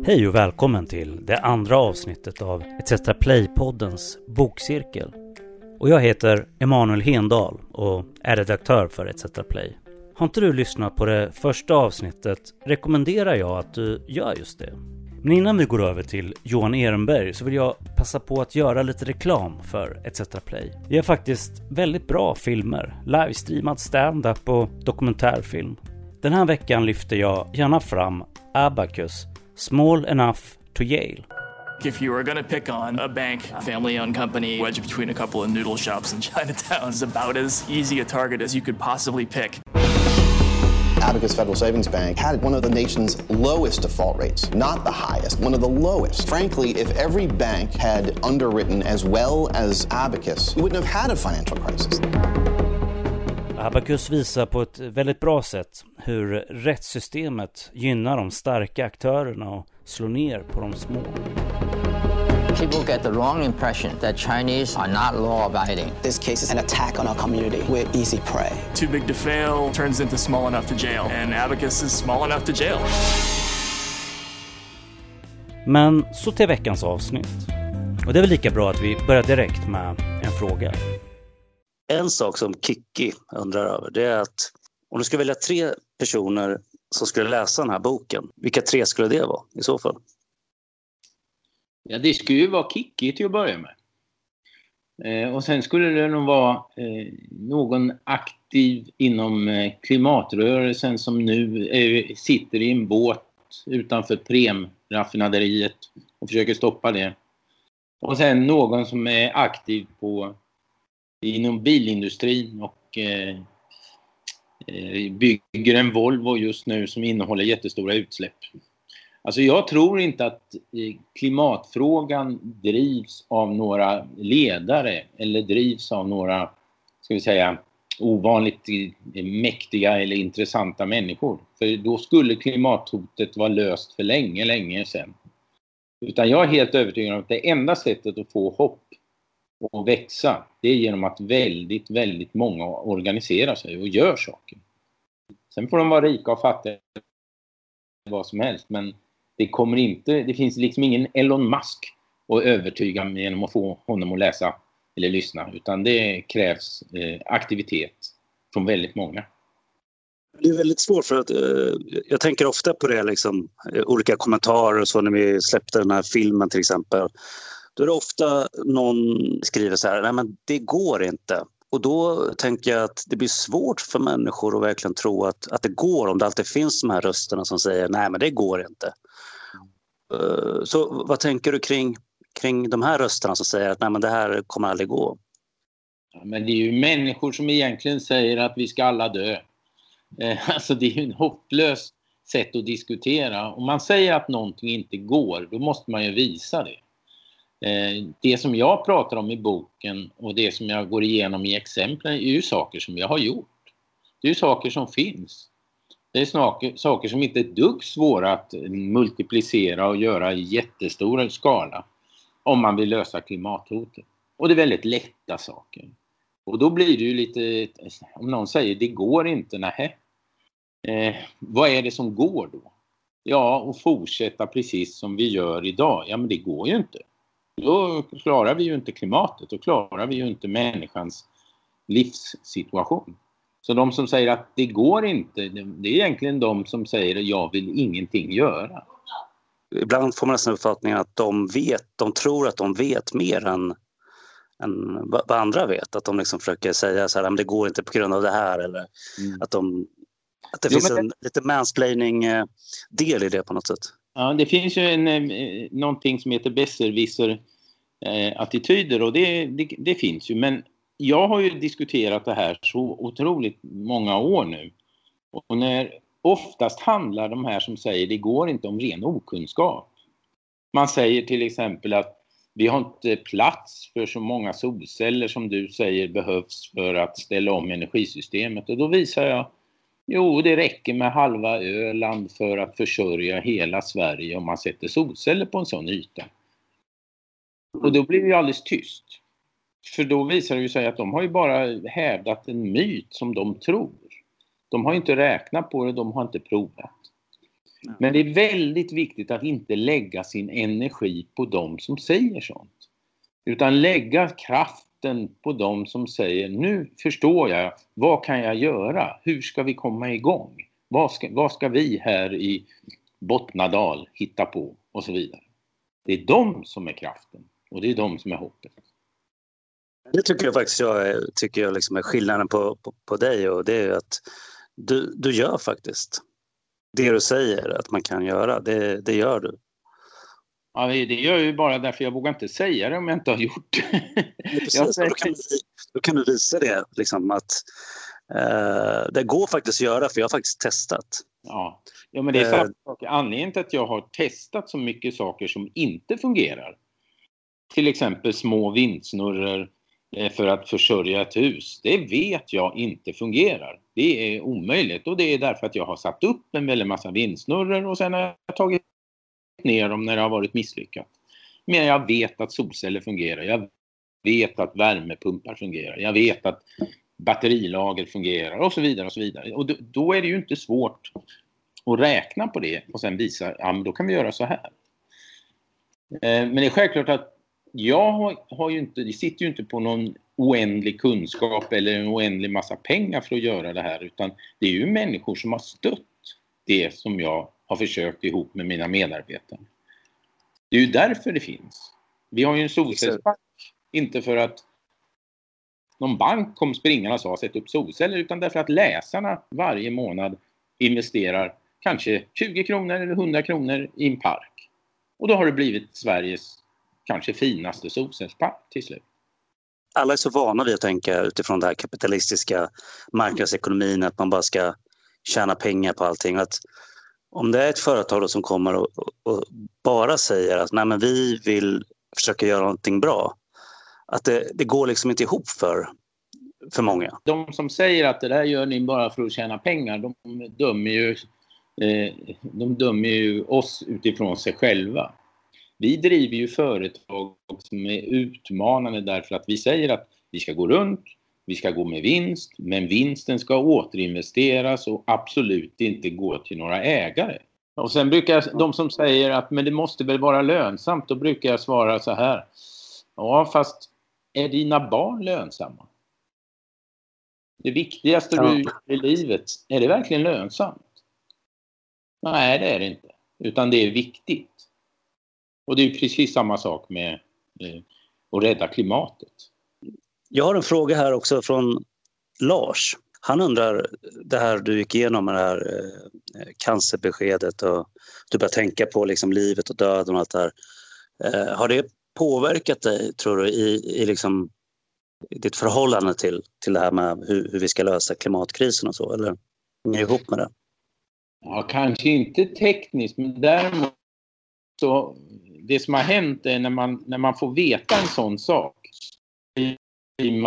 Hej och välkommen till det andra avsnittet av ETC Play-poddens bokcirkel. Och jag heter Emanuel Hendal och är redaktör för ETC Play. Har inte du lyssnat på det första avsnittet rekommenderar jag att du gör just det. Men innan vi går över till Johan Ehrenberg så vill jag passa på att göra lite reklam för ETC Play. Vi har faktiskt väldigt bra filmer, livestreamad stand-up och dokumentärfilm. Den här veckan lyfter jag gärna fram Abacus, Small Enough to Yale. If you were going to pick on a bank, a family-owned company, wedged between a couple of noodle shops in Chinatown is about as easy a target as you could possibly pick. Abacus Federal Savings Bank had one of the nation's lowest default rates, not the highest, one of the lowest. Frankly, if every bank had underwritten as well as Abacus, we wouldn't have had a financial crisis. Abacus visar på ett väldigt bra sätt hur rättssystemet gynnar de starka aktörerna och slår ner på de små. People get the wrong impression that Chinese are not law-abiding. This case is an attack on our community. We're easy prey. Too big to fail turns into small enough to jail, and Abacus is small enough to jail. Men så till veckans avsnitt. Och det är väl lika bra att vi börjar direkt med en fråga. En sak som Kiki undrar över, det är att om du skulle välja 3 personer som skulle läsa den här boken, vilka 3 skulle det vara i så fall? Ja, det skulle ju vara Kiki till att börja med. Och sen skulle det nog vara någon aktiv inom klimatrörelsen som nu sitter i en båt utanför Prem-raffinaderiet och försöker stoppa det. Och sen någon som är aktiv inom bilindustrin och bygger en Volvo just nu som innehåller jättestora utsläpp. Alltså jag tror inte att klimatfrågan drivs av några ledare eller drivs av några, ska vi säga, ovanligt mäktiga eller intressanta människor. För då skulle klimathotet vara löst för länge sedan. Utan jag är helt övertygad om att det enda sättet att få hopp och växa, det är genom att väldigt många organiserar sig och gör saker. Sen får de vara rika och fattiga vad som helst, men det finns liksom ingen Elon Musk att övertyga genom att få honom att läsa eller lyssna, utan det krävs aktivitet från väldigt många. Det är väldigt svårt för att jag tänker ofta på det liksom, olika kommentarer och så när vi släppte den här filmen till exempel. Då är det ofta någon skriver så här, nej men det går inte. Och då tänker jag att det blir svårt för människor att verkligen tro att det går om det alltid finns de här rösterna som säger nej men det går inte. Så vad tänker du kring de här rösterna som säger att nej men det här kommer aldrig gå? Ja, men det är ju människor som egentligen säger att vi ska alla dö. Alltså det är ju en hopplös sätt att diskutera. Om man säger att någonting inte går, då måste man ju visa det. Det som jag pratar om i boken och det som jag går igenom i exemplen är ju saker som jag har gjort. Det är ju saker som finns. Det är saker som inte är dugg svåra att multiplicera och göra i jättestora skala om man vill lösa klimathotet. Och det är väldigt lätta saker. Och då blir det ju lite, om någon säger det går inte, nej. Vad är det som går då? Ja, att fortsätta precis som vi gör idag. Ja, men det går ju inte. Då klarar vi ju inte klimatet, då klarar vi ju inte människans livssituation. Så de som säger att det går inte, det är egentligen de som säger att jag vill ingenting göra. Ibland får man nästan uppfattningen att de tror att de vet mer än vad andra vet. Att de liksom försöker säga så här, men det går inte på grund av det här. Eller att det finns en lite mansplaining-del i det på något sätt. Ja, det finns ju någonting som heter besserwisser-attityder och det finns ju. Men jag har ju diskuterat det här så otroligt många år nu. Och oftast handlar de här som säger det går inte om ren okunskap. Man säger till exempel att vi har inte plats för så många solceller som du säger behövs för att ställa om energisystemet. Och då visar jag, jo det räcker med halva Öland för att försörja hela Sverige om man sätter solceller på en sån yta. Och då blir det ju alldeles tyst. För då visar det sig att de har ju bara hävdat en myt som de tror. De har inte räknat på det, de har inte provat. Men det är väldigt viktigt att inte lägga sin energi på de som säger sånt. Utan lägga kraften på de som säger, nu förstår jag, vad kan jag göra? Hur ska vi komma igång? Vad ska vi här i Bottnadal hitta på? Och så vidare. Det är de som är kraften och det är de som är hoppet. Det tycker jag faktiskt jag liksom är skillnaden på dig, och det är att du gör faktiskt det du säger att man kan göra. Det gör du. Ja, det gör jag ju bara därför jag vågar inte säga det om jag inte har gjort det. Precis, då kan du visa det liksom, att det går faktiskt att göra, för jag har faktiskt testat. Ja, men det är samma sak. Anledningen till att jag har testat så mycket saker som inte fungerar, till exempel små vindsnurror för att försörja ett hus, det vet jag inte fungerar. Det är omöjligt, och det är därför att jag har satt upp en väldigt massa vindsnurror och sen har jag tagit ner dem när det har varit misslyckat. Men jag vet att solceller fungerar, jag vet att värmepumpar fungerar, jag vet att batterilager fungerar och så vidare och så vidare. Och då är det ju inte svårt att räkna på det och sen visa, ja men då kan vi göra så här. Men det är självklart att jag sitter ju inte på någon oändlig kunskap eller en oändlig massa pengar för att göra det här, utan det är ju människor som har stött det som jag har försökt ihop med mina medarbetare. Det är ju därför det finns. Vi har ju en solcellsbank, inte för att någon bank kom springande och sa sätt upp solceller, utan därför att läsarna varje månad investerar kanske 20 kronor eller 100 kronor i en park. Och då har det blivit Sveriges kanske finaste solcellspark till slut. Alla är så vana vid att tänka utifrån det här kapitalistiska marknadsekonomin, att man bara ska tjäna pengar på allting. Att om det är ett företag som kommer och bara säger att nej, men vi vill försöka göra någonting bra, att det går liksom inte ihop för många. De som säger att det där gör ni bara för att tjäna pengar, de dömer ju oss utifrån sig själva. Vi driver ju företag som är utmanande därför att vi säger att vi ska gå runt, vi ska gå med vinst, men vinsten ska återinvesteras och absolut inte gå till några ägare. Och sen brukar de som säger att men det måste väl vara lönsamt, då brukar jag svara så här. Ja, fast är dina barn lönsamma? Det viktigaste du gör i livet, är det verkligen lönsamt? Nej, det är det inte. Utan det är viktigt. Och det är precis samma sak med att rädda klimatet. Jag har en fråga här också från Lars. Han undrar, det här du gick igenom med det här cancerbeskedet och du börjar tänka på liksom livet och döden och allt det här. Har det påverkat dig, tror du, i liksom ditt förhållande till det här med hur vi ska lösa klimatkrisen och så? Eller hänger det ihop med det? Ja, kanske inte tekniskt, men däremot så det som har hänt är när man får veta en sån sak, blir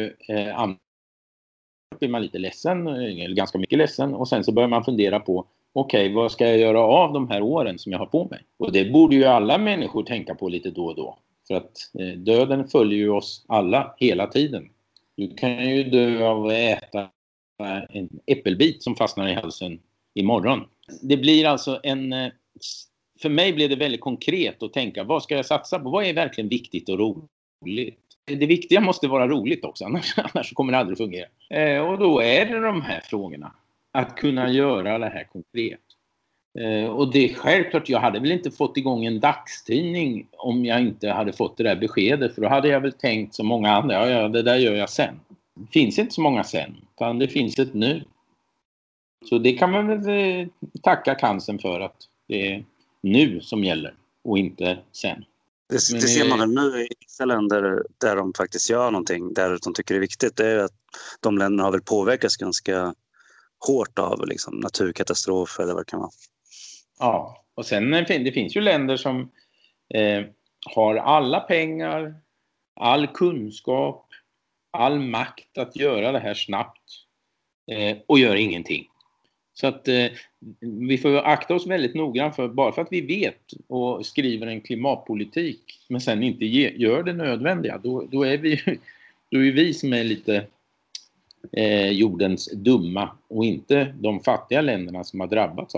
man lite ledsen, eller ganska mycket ledsen, och sen så börjar man fundera på okej, vad ska jag göra av de här åren som jag har på mig? Och det borde ju alla människor tänka på lite då och då, för att döden följer ju oss alla hela tiden. Du kan ju dö av att äta en äppelbit som fastnar i halsen imorgon. Det blir alltså för mig blir det väldigt konkret att tänka, vad ska jag satsa på? Vad är verkligen viktigt och roligt? Det viktiga måste vara roligt också, annars kommer det aldrig fungera. Och då är det de här frågorna. Att kunna göra det här konkret. Och det är självklart, jag hade väl inte fått igång en dagstidning om jag inte hade fått det där beskedet. För då hade jag väl tänkt som många andra, ja det där gör jag sen. Det finns inte så många sen, utan det finns ett nu. Så det kan man väl tacka cancern för, att det är nu som gäller och inte sen. Det ser man nu i vissa länder där de faktiskt gör någonting, där de tycker det är viktigt. Det är att de länderna har väl påverkats ganska hårt av liksom, naturkatastrofer eller vad det kan vara. Ja, och sen det finns ju länder som har alla pengar, all kunskap, all makt att göra det här snabbt och gör ingenting. Så att vi får akta oss väldigt noggrant för, bara för att vi vet och skriver en klimatpolitik men sen inte gör det nödvändiga, då är vi som är lite jordens dumma och inte de fattiga länderna som har drabbats av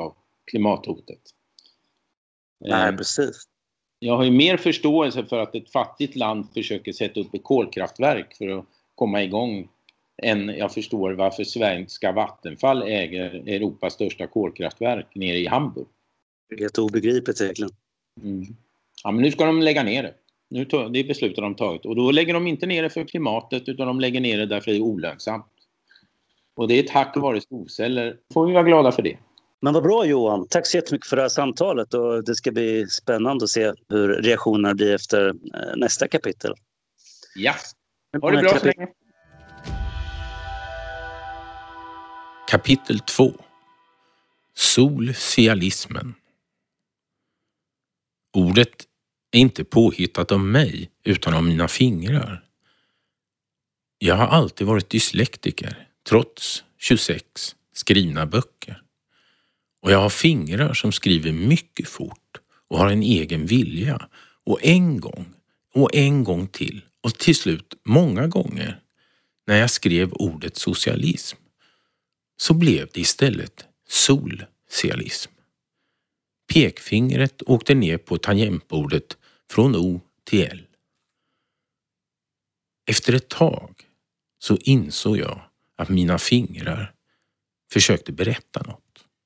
klimathotet. Nej, precis. Jag har ju mer förståelse för att ett fattigt land försöker sätta upp ett kolkraftverk för att komma igång än jag förstår varför svenska Vattenfall äger Europas största kolkraftverk nere i Hamburg. Det är helt obegripligt egentligen. Ja, men nu ska de lägga ner det. Det beslutar de tagit. Och då lägger de inte ner det för klimatet utan de lägger ner det därför det är olönsamt. Och det är tack vare solceller. Får vi vara glada för det. Men vad bra Johan. Tack så jättemycket för det här samtalet och det ska bli spännande att se hur reaktionerna blir efter nästa kapitel. Ja, ha det bra så länge. Kapitel 2. Solcialismen. Ordet är inte påhittat av mig utan av mina fingrar. Jag har alltid varit dyslektiker trots 26 skrivna böcker. Och jag har fingrar som skriver mycket fort och har en egen vilja. Och en gång till och till slut många gånger när jag skrev ordet socialism så blev det istället solcialism. Pekfingret åkte ner på tangentbordet från O till L. Efter ett tag så insåg jag att mina fingrar försökte berätta något.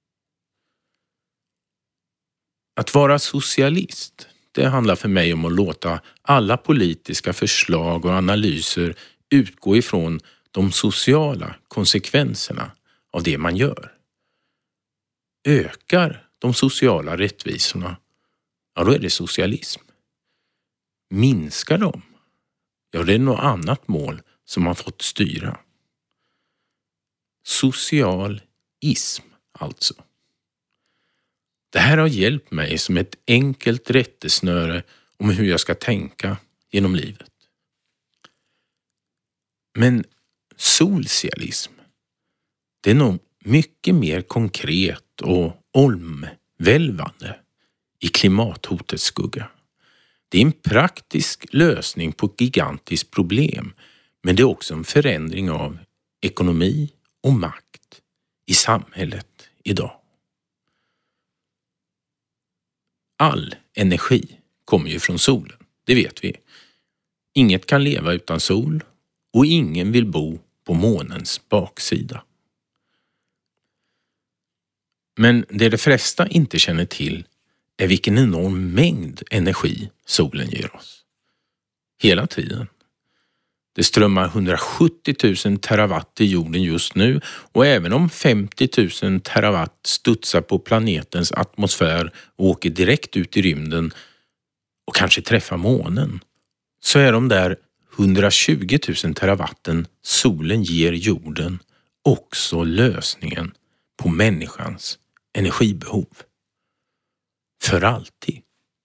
Att vara socialist, det handlar för mig om att låta alla politiska förslag och analyser utgå ifrån de sociala konsekvenserna av det man gör. Ökar de sociala rättvisorna, ja då är det socialism. Minskar de, ja det är något annat mål som man fått styra. Socialism alltså. Det här har hjälpt mig som ett enkelt rättesnöre om hur jag ska tänka genom livet. Men socialism, det är nog mycket mer konkret och omvälvande i klimathotets skugga. Det är en praktisk lösning på ett gigantiskt problem, men det är också en förändring av ekonomi och makt i samhället idag. All energi kommer ju från solen, det vet vi. Inget kan leva utan sol och ingen vill bo på månens baksida. Men det de flesta inte känner till är vilken enorm mängd energi solen ger oss. Hela tiden. Det strömmar 170 000 terawatt i jorden just nu och även om 50 000 terawatt studsar på planetens atmosfär och åker direkt ut i rymden och kanske träffar månen så är de där 120 000 terawatten solen ger jorden också lösningen på människans energibehov. För alltid.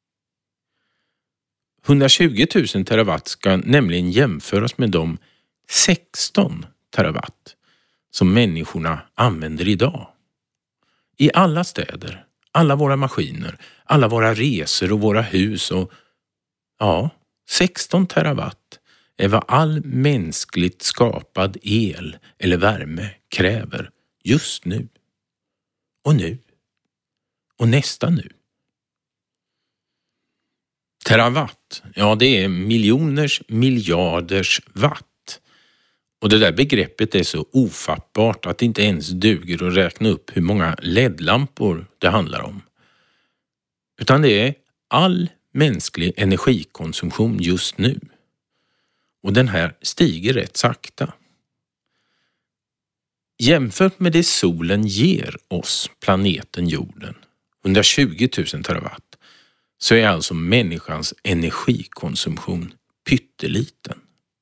120 000 terawatt ska nämligen jämföras med de 16 terawatt som människorna använder idag. I alla städer, alla våra maskiner, alla våra resor och våra hus och 16 terawatt är vad all mänskligt skapad el eller värme kräver just nu. Och nu. Och nästa nu. Terawatt, det är miljoners miljarders watt. Och det där begreppet är så ofattbart att det inte ens duger att räkna upp hur många LED-lampor det handlar om. Utan det är all mänsklig energikonsumtion just nu. Och den här stiger rätt sakta. Jämfört med det solen ger oss, planeten jorden, 120 000 terawatt, så är alltså människans energikonsumtion pytteliten.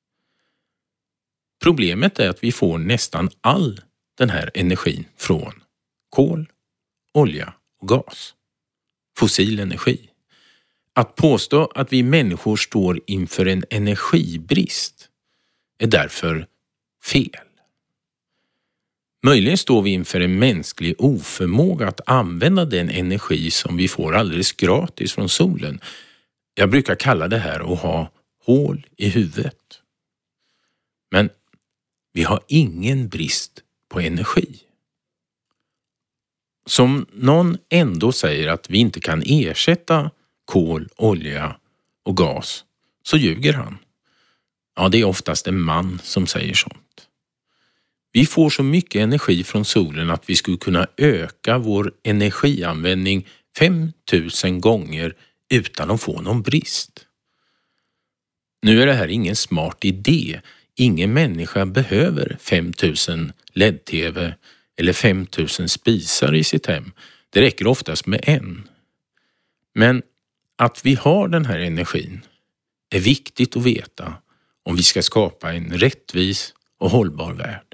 Problemet är att vi får nästan all den här energin från kol, olja och gas. Fossil energi. Att påstå att vi människor står inför en energibrist är därför fel. Möjligen står vi inför en mänsklig oförmåga att använda den energi som vi får alldeles gratis från solen. Jag brukar kalla det här att ha hål i huvudet. Men vi har ingen brist på energi. Som någon ändå säger att vi inte kan ersätta kol, olja och gas, så ljuger han. Ja, det är oftast en man som säger sånt. Vi får så mycket energi från solen att vi skulle kunna öka vår energianvändning 5000 gånger utan att få någon brist. Nu är det här ingen smart idé. Ingen människa behöver 5000 LED-TV eller 5000 spisar i sitt hem. Det räcker oftast med en. Men att vi har den här energin är viktigt att veta om vi ska skapa en rättvis och hållbar värld.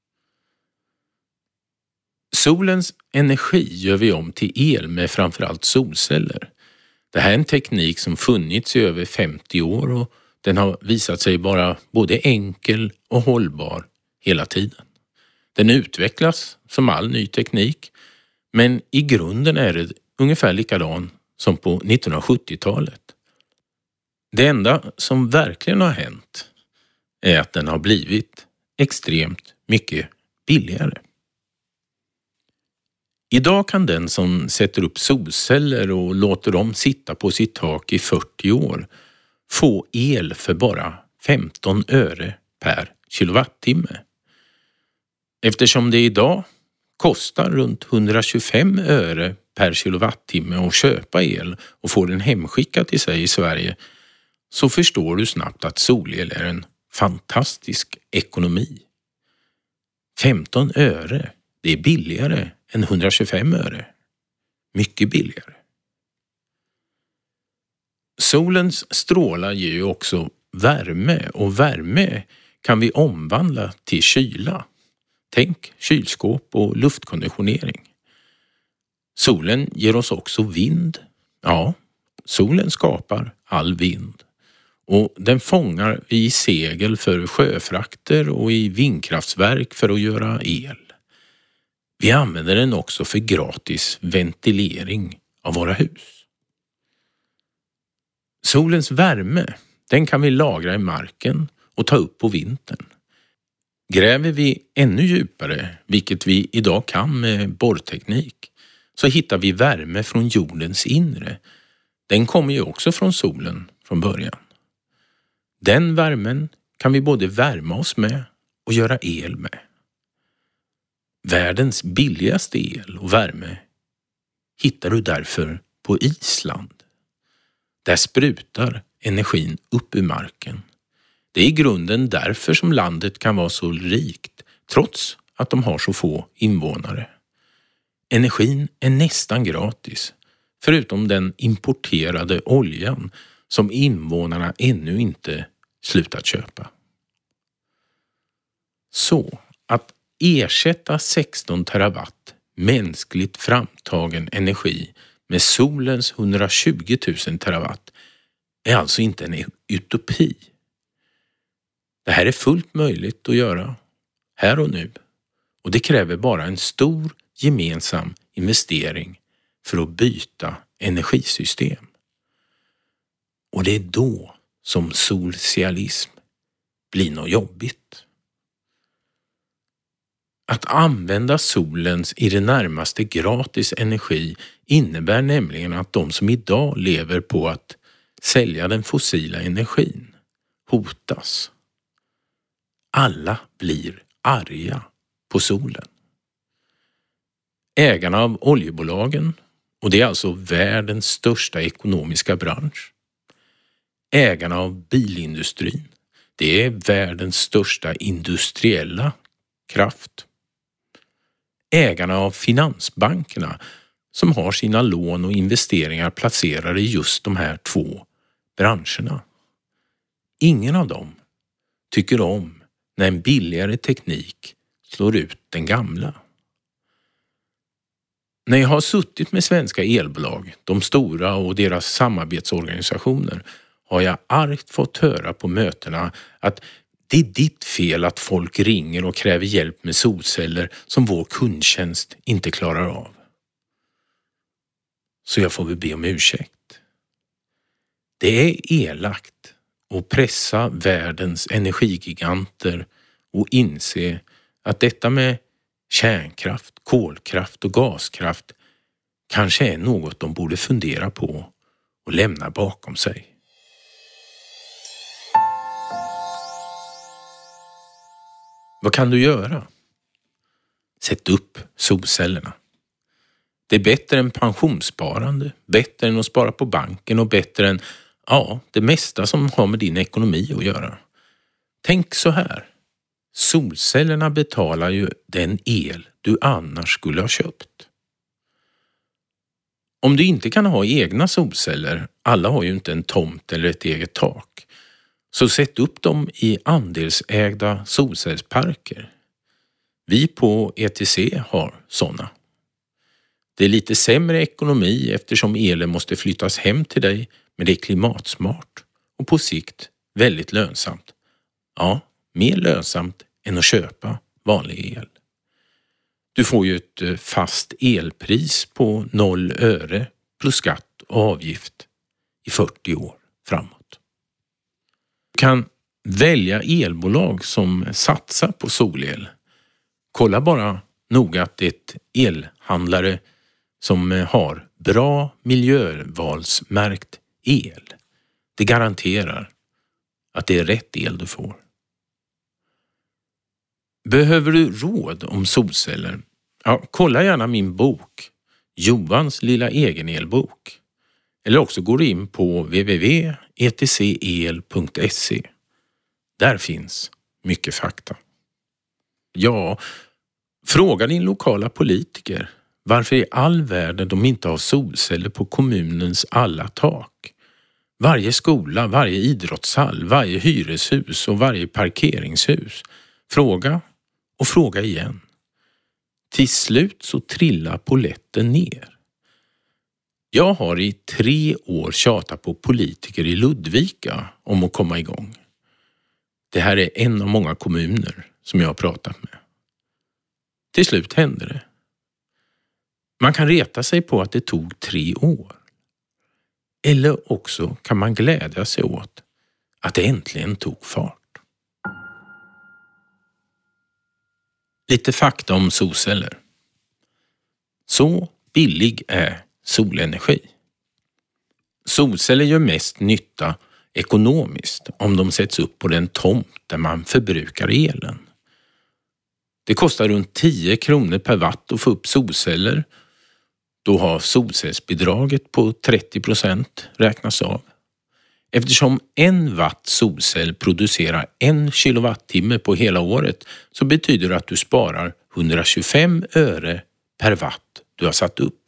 Solens energi gör vi om till el med framförallt solceller. Det här är en teknik som funnits i över 50 år och den har visat sig vara både enkel och hållbar hela tiden. Den utvecklas som all ny teknik, men i grunden är det ungefär likadan som på 1970-talet. Det enda som verkligen har hänt är att den har blivit extremt mycket billigare. Idag kan den som sätter upp solceller och låter dem sitta på sitt tak i 40 år få el för bara 15 öre per kilowattimme. Eftersom det idag kostar runt 125 öre per kilowattimme att köpa el och få den hemskickad till sig i Sverige, så förstår du snabbt att solel är en fantastisk ekonomi. 15 öre, det är billigare än 125 öre. Mycket billigare. Solens strålar ger ju också värme, och värme kan vi omvandla till kyla. Tänk kylskåp och luftkonditionering. Solen ger oss också vind. Ja, solen skapar all vind. Och den fångar vi i segel för sjöfrakter och i vindkraftverk för att göra el. Vi använder den också för gratis ventilering av våra hus. Solens värme, den kan vi lagra i marken och ta upp på vintern. Gräver vi ännu djupare, vilket vi idag kan med borrteknik, så hittar vi värme från jordens inre. Den kommer ju också från solen från början. Den värmen kan vi både värma oss med och göra el med. Världens billigaste el och värme hittar du därför på Island. Där sprutar energin upp ur marken. Det är i grunden därför som landet kan vara så rikt, trots att de har så få invånare. Energin är nästan gratis, förutom den importerade oljan som invånarna ännu inte slutat köpa. Så att ersätta 16 terawatt mänskligt framtagen energi med solens 120 000 terawatt är alltså inte en utopi. Det här är fullt möjligt att göra här och nu, och det kräver bara en stor gemensam investering för att byta energisystem. Och det är då som socialism blir något jobbigt. Att använda solens i det närmaste gratis energi innebär nämligen att de som idag lever på att sälja den fossila energin hotas. Alla blir arga på solen. Ägarna av oljebolagen, och det är alltså världens största ekonomiska bransch. Ägarna av bilindustrin, det är världens största industriella kraft. Ägarna av finansbankerna som har sina lån och investeringar placerade i just de här två branscherna. Ingen av dem tycker om när en billigare teknik slår ut den gamla. När jag har suttit med svenska elbolag, de stora och deras samarbetsorganisationer, har jag argt fått höra på mötena att det är ditt fel att folk ringer och kräver hjälp med solceller som vår kundtjänst inte klarar av. Så jag får väl be om ursäkt. Det är elakt att pressa världens energigiganter och inse att detta med kärnkraft, kolkraft och gaskraft kanske är något de borde fundera på och lämna bakom sig. Vad kan du göra? Sätt upp solcellerna. Det är bättre än pensionssparande, bättre än att spara på banken och bättre än det mesta som har med din ekonomi att göra. Tänk så här. Solcellerna betalar ju den el du annars skulle ha köpt. Om du inte kan ha egna solceller, alla har ju inte en tomt eller ett eget tak, så sätt upp dem i andelsägda solcellsparker. Vi på ETC har sådana. Det är lite sämre ekonomi eftersom elen måste flyttas hem till dig, men det är klimatsmart och på sikt väldigt lönsamt. Ja, mer lönsamt än att köpa vanlig el. Du får ju ett fast elpris på 0 öre plus skatt och avgift i 40 år framåt. Du kan välja elbolag som satsar på solel. Kolla bara noga att det är ett elhandlare som har bra miljövalsmärkt el. Det garanterar att det är rätt el du får. Behöver du råd om solceller? Ja, kolla gärna min bok, Johans lilla egen elbok. Eller också går du in på www.etcel.se. Där finns mycket fakta. Ja, fråga din lokala politiker varför i all världen de inte har solceller på kommunens alla tak. Varje skola, varje idrottshall, varje hyreshus och varje parkeringshus. Fråga och fråga igen. Till slut så trillar polletten ner. Jag har i 3 år tjatat på politiker i Ludvika om att komma igång. Det här är en av många kommuner som jag har pratat med. Till slut hände det. Man kan reta sig på att det tog 3 år. Eller också kan man glädja sig åt att det äntligen tog fart. Lite fakta om solceller. Så billig är solenergi. Solceller gör mest nytta ekonomiskt om de sätts upp på den tomt där man förbrukar elen. Det kostar runt 10 kronor per watt att få upp solceller. Då har solcellsbidraget på 30% räknas av. Eftersom 1 watt solcell producerar 1 kilowattimme på hela året så betyder det att du sparar 125 öre per watt du har satt upp.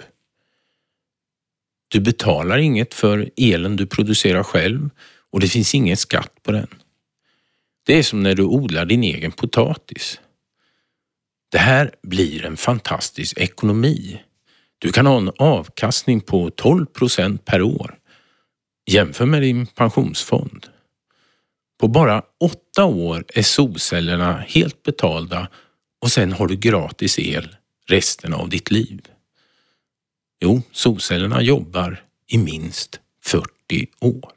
Du betalar inget för elen du producerar själv och det finns ingen skatt på den. Det är som när du odlar din egen potatis. Det här blir en fantastisk ekonomi. Du kan ha en avkastning på 12% per år. Jämför med din pensionsfond. På bara 8 år är solcellerna helt betalda och sen har du gratis el resten av ditt liv. Jo, solcellerna jobbar i minst 40 år.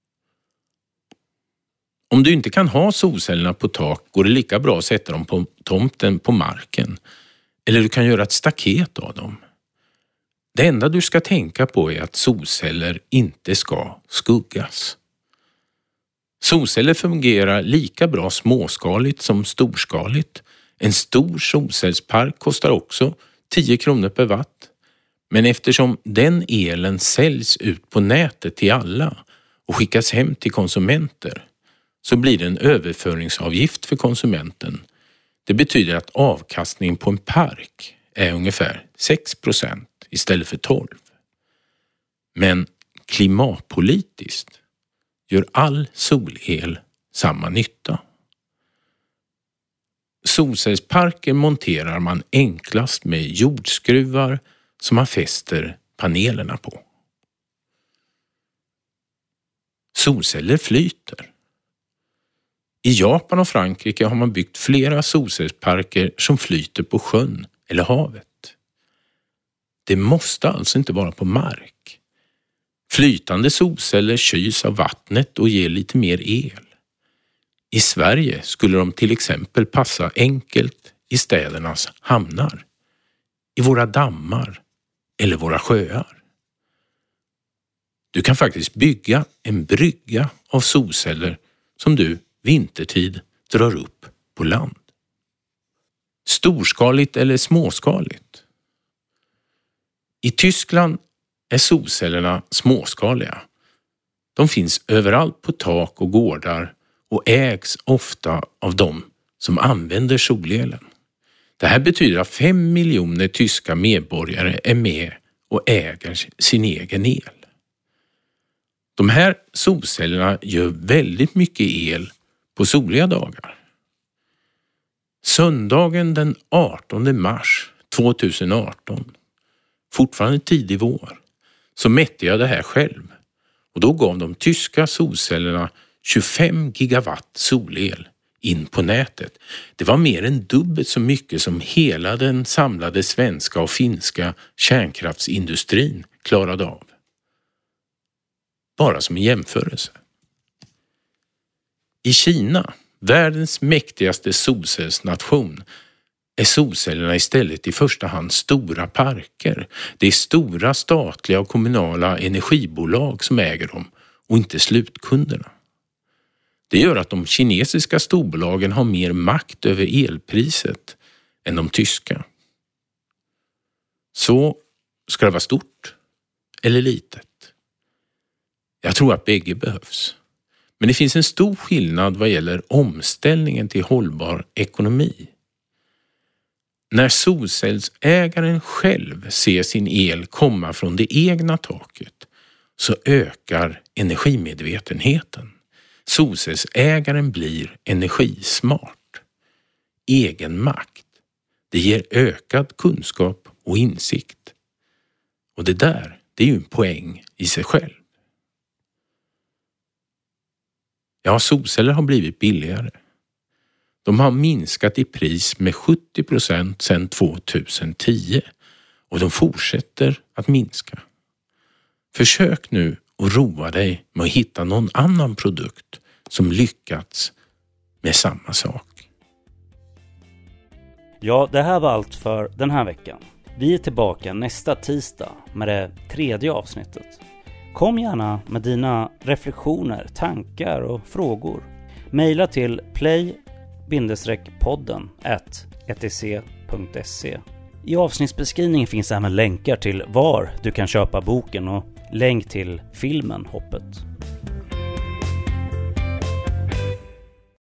Om du inte kan ha solcellerna på tak går det lika bra att sätta dem på tomten på marken. Eller du kan göra ett staket av dem. Det enda du ska tänka på är att solceller inte ska skuggas. Solceller fungerar lika bra småskaligt som storskaligt. En stor solcellspark kostar också 10 kronor per watt. Men eftersom den elen säljs ut på nätet till alla och skickas hem till konsumenter så blir det en överföringsavgift för konsumenten. Det betyder att avkastningen på en park är ungefär 6% istället för 12%. Men klimatpolitiskt gör all solel samma nytta. Solcellsparker monterar man enklast med jordskruvar som man fäster panelerna på. Solceller flyter. I Japan och Frankrike har man byggt flera solcellsparker som flyter på sjön eller havet. Det måste alltså inte vara på mark. Flytande solceller kyls av vattnet och ger lite mer el. I Sverige skulle de till exempel passa enkelt i städernas hamnar, i våra dammar eller våra sjöar. Du kan faktiskt bygga en brygga av solceller som du vintertid drar upp på land. Storskaligt eller småskaligt? I Tyskland är solcellerna småskaliga. De finns överallt på tak och gårdar och ägs ofta av dem som använder solelen. Det här betyder att 5 miljoner tyska medborgare är med och äger sin egen el. De här solcellerna gör väldigt mycket el på soliga dagar. Söndagen den 18 mars 2018, fortfarande tidig vår, så mätte jag det här själv. Och då gav de tyska solcellerna 25 gigawatt solel in på nätet. Det var mer än dubbelt så mycket som hela den samlade svenska och finska kärnkraftsindustrin klarade av. Bara som en jämförelse. I Kina, världens mäktigaste solcellsnation, är solcellerna istället i första hand stora parker. Det är stora statliga och kommunala energibolag som äger dem och inte slutkunderna. Det gör att de kinesiska storbolagen har mer makt över elpriset än de tyska. Så ska det vara stort eller litet? Jag tror att bägge behövs. Men det finns en stor skillnad vad gäller omställningen till hållbar ekonomi. När solcellsägaren själv ser sin el komma från det egna taket så ökar energimedvetenheten. Solcellsägaren blir energismart. Egen makt. Det ger ökad kunskap och insikt. Och det är ju en poäng i sig själv. Ja, solceller har blivit billigare. De har minskat i pris med 70% sedan 2010 och de fortsätter att minska. Försök nu att roa dig med att hitta någon annan produkt som lyckats med samma sak. Ja, det här var allt för den här veckan. Vi är tillbaka nästa tisdag med det 3:e avsnittet. Kom gärna med dina reflektioner, tankar och frågor. Maila till play-podden@etc.se. I avsnittsbeskrivningen finns även länkar till var du kan köpa boken och länk till filmen Hoppet.